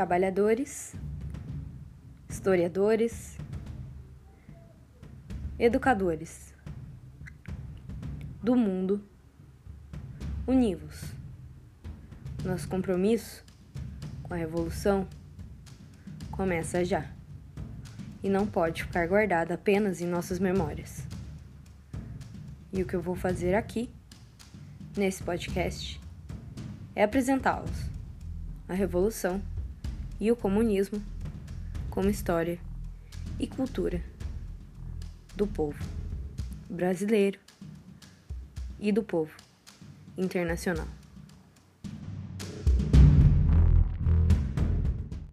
trabalhadores, historiadores, educadores do mundo, univos. Nosso compromisso com a revolução começa já e não pode ficar guardado apenas em nossas memórias. E o que eu vou fazer aqui, nesse podcast, é apresentá-los a revolução e o comunismo como história e cultura do povo brasileiro e do povo internacional.